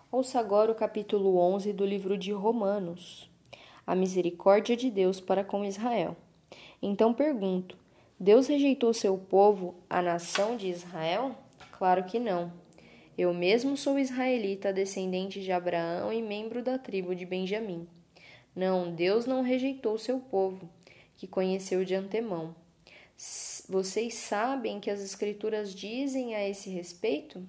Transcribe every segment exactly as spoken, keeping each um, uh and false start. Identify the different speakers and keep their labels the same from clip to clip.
Speaker 1: Ouça agora o capítulo onze do livro de Romanos. A misericórdia de Deus para com Israel. Então pergunto: Deus rejeitou seu povo, a nação de Israel? Claro que não. Eu mesmo sou israelita, descendente de Abraão e membro da tribo de Benjamim. Não, Deus não rejeitou seu povo, que conheceu de antemão. Vocês sabem que as Escrituras dizem a esse respeito?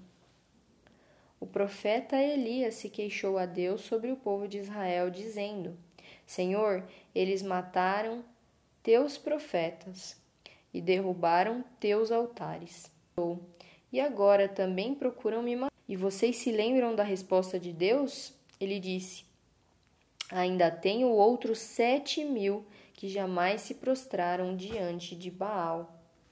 Speaker 1: O profeta Elias se queixou a Deus sobre o povo de Israel, dizendo: Senhor, eles mataram teus profetas e derrubaram teus altares. E agora também procuram me matar. E vocês se lembram da resposta de Deus? Ele disse: Ainda tenho outros sete mil que jamais se prostraram diante de Baal.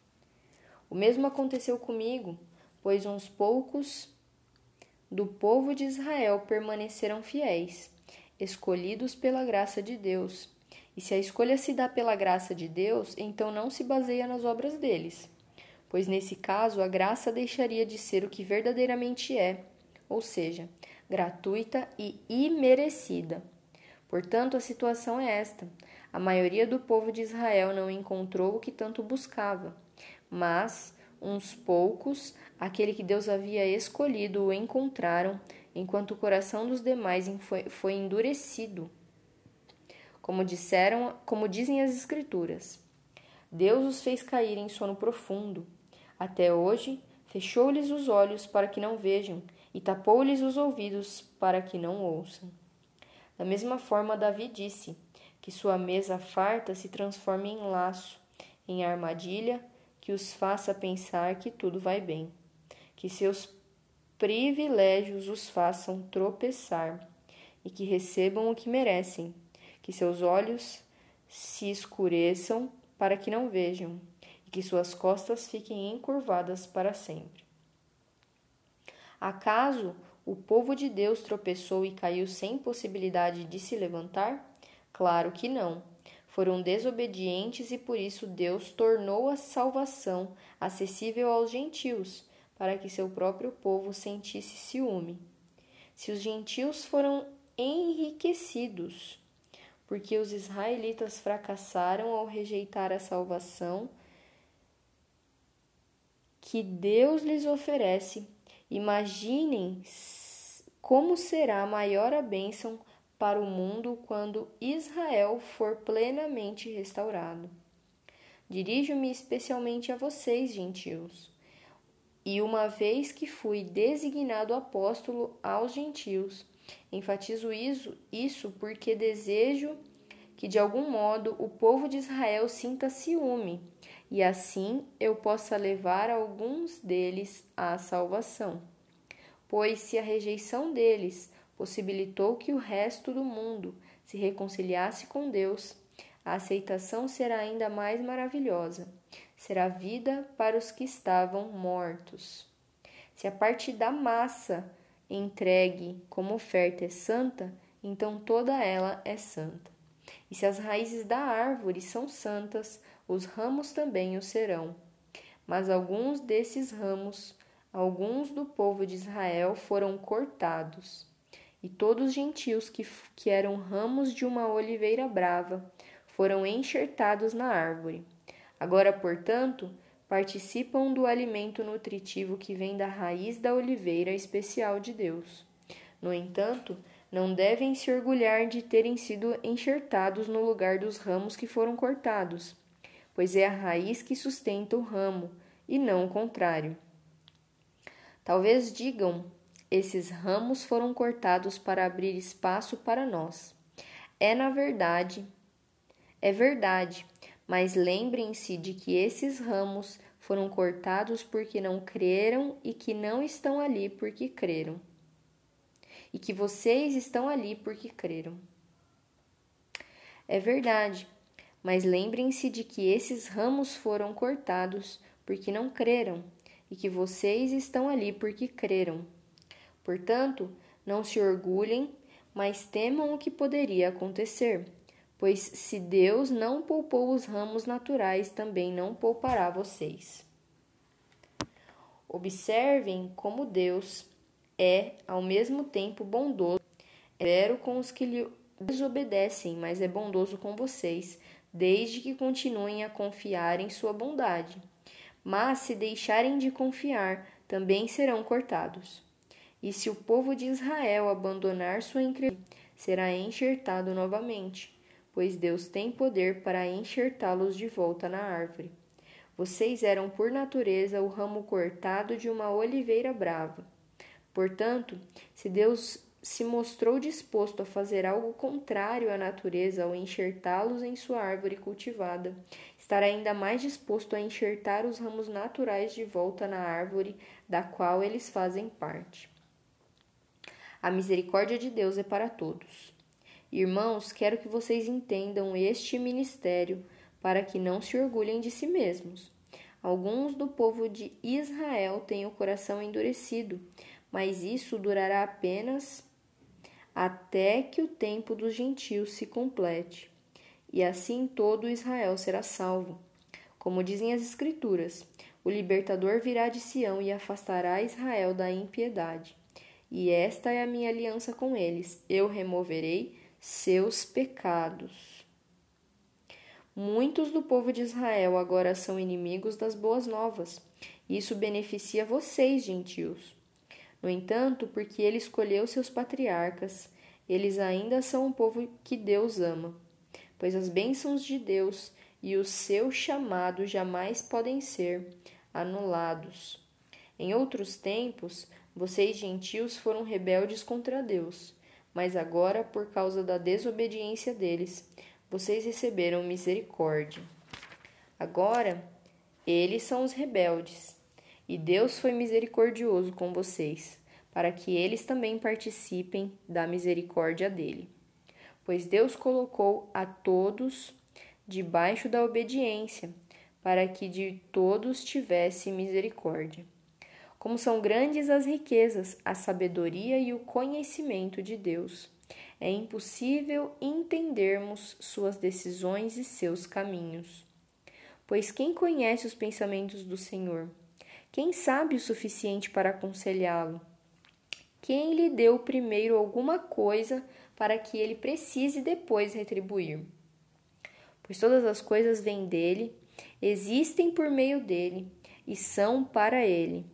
Speaker 1: O mesmo aconteceu comigo, pois uns poucos do povo de Israel permaneceram fiéis, escolhidos pela graça de Deus. E se a escolha se dá pela graça de Deus, então não se baseia nas obras deles, pois nesse caso a graça deixaria de ser o que verdadeiramente é, ou seja, gratuita e imerecida. Portanto, a situação é esta: a maioria do povo de Israel não encontrou o que tanto buscava, mas uns poucos, aquele que Deus havia escolhido, o encontraram, enquanto o coração dos demais foi endurecido. Como disseram, como dizem as Escrituras, Deus os fez cair em sono profundo. Até hoje, fechou-lhes os olhos para que não vejam e tapou-lhes os ouvidos para que não ouçam. Da mesma forma, Davi disse que sua mesa farta se transforme em laço, em armadilha, que os faça pensar que tudo vai bem, que seus privilégios os façam tropeçar e que recebam o que merecem, que seus olhos se escureçam para que não vejam e que suas costas fiquem encurvadas para sempre. Acaso o povo de Deus tropeçou e caiu sem possibilidade de se levantar? Claro que não. Foram desobedientes e por isso Deus tornou a salvação acessível aos gentios, para que seu próprio povo sentisse ciúme. Se os gentios foram enriquecidos, porque os israelitas fracassaram ao rejeitar a salvação que Deus lhes oferece, imaginem como será maior a bênção para o mundo quando Israel for plenamente restaurado. Dirijo-me especialmente a vocês, gentios. E uma vez que fui designado apóstolo aos gentios, enfatizo isso, isso porque desejo que de algum modo o povo de Israel sinta ciúme, e assim eu possa levar alguns deles à salvação. Pois se a rejeição deles possibilitou que o resto do mundo se reconciliasse com Deus, a aceitação será ainda mais maravilhosa. Será vida para os que estavam mortos. Se a parte da massa entregue como oferta é santa, então toda ela é santa. E se as raízes da árvore são santas, os ramos também o serão. Mas alguns desses ramos, alguns do povo de Israel, foram cortados. E todos os gentios que, que eram ramos de uma oliveira brava foram enxertados na árvore. Agora, portanto, participam do alimento nutritivo que vem da raiz da oliveira especial de Deus. No entanto, não devem se orgulhar de terem sido enxertados no lugar dos ramos que foram cortados, pois é a raiz que sustenta o ramo, e não o contrário. Talvez digam: esses ramos foram cortados para abrir espaço para nós. É na verdade, é verdade, mas lembrem-se de que esses ramos foram cortados porque não creram e que não estão ali porque creram. E que vocês estão ali porque creram. É verdade, mas lembrem-se de que esses ramos foram cortados porque não creram e que vocês estão ali porque creram. Portanto, não se orgulhem, mas temam o que poderia acontecer, pois se Deus não poupou os ramos naturais, também não poupará vocês. Observem como Deus é, ao mesmo tempo, bondoso. É severo com os que lhe desobedecem, mas é bondoso com vocês, desde que continuem a confiar em sua bondade. Mas se deixarem de confiar, também serão cortados. E se o povo de Israel abandonar sua incredulidade, será enxertado novamente, pois Deus tem poder para enxertá-los de volta na árvore. Vocês eram por natureza o ramo cortado de uma oliveira brava. Portanto, se Deus se mostrou disposto a fazer algo contrário à natureza ao enxertá-los em sua árvore cultivada, estará ainda mais disposto a enxertar os ramos naturais de volta na árvore da qual eles fazem parte. A misericórdia de Deus é para todos. Irmãos, quero que vocês entendam este ministério para que não se orgulhem de si mesmos. Alguns do povo de Israel têm o coração endurecido, mas isso durará apenas até que o tempo dos gentios se complete, e assim todo Israel será salvo. Como dizem as Escrituras, o libertador virá de Sião e afastará Israel da impiedade. E esta é a minha aliança com eles: eu removerei seus pecados. Muitos do povo de Israel agora são inimigos das boas novas. Isso beneficia vocês, gentios. No entanto, porque ele escolheu seus patriarcas, eles ainda são um povo que Deus ama, pois as bênçãos de Deus e o seu chamado jamais podem ser anulados. Em outros tempos, vocês gentios foram rebeldes contra Deus, mas agora, por causa da desobediência deles, vocês receberam misericórdia. Agora, eles são os rebeldes, e Deus foi misericordioso com vocês, para que eles também participem da misericórdia dele. Pois Deus colocou a todos debaixo da obediência, para que de todos tivesse misericórdia. Como são grandes as riquezas, a sabedoria e o conhecimento de Deus, é impossível entendermos suas decisões e seus caminhos. Pois quem conhece os pensamentos do Senhor? Quem sabe o suficiente para aconselhá-lo? Quem lhe deu primeiro alguma coisa para que ele precise depois retribuir? Pois todas as coisas vêm dele, existem por meio dele e são para ele.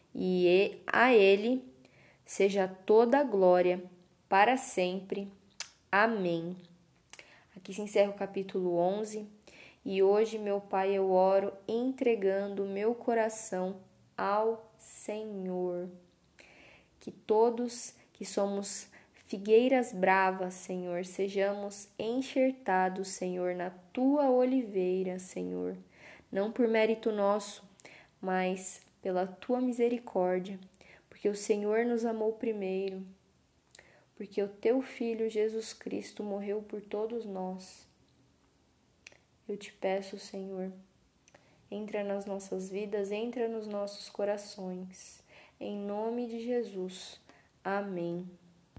Speaker 1: E a ele seja toda a glória para sempre. Amém. Aqui se encerra o capítulo onze. E hoje, meu Pai, eu oro entregando meu coração ao Senhor. Que todos que somos figueiras bravas, Senhor, sejamos enxertados, Senhor, na Tua oliveira, Senhor. Não por mérito nosso, mas pela Tua misericórdia, porque o Senhor nos amou primeiro, porque o Teu Filho Jesus Cristo morreu por todos nós. Eu te peço, Senhor, entra nas nossas vidas, entra nos nossos corações. Em nome de Jesus. Amém.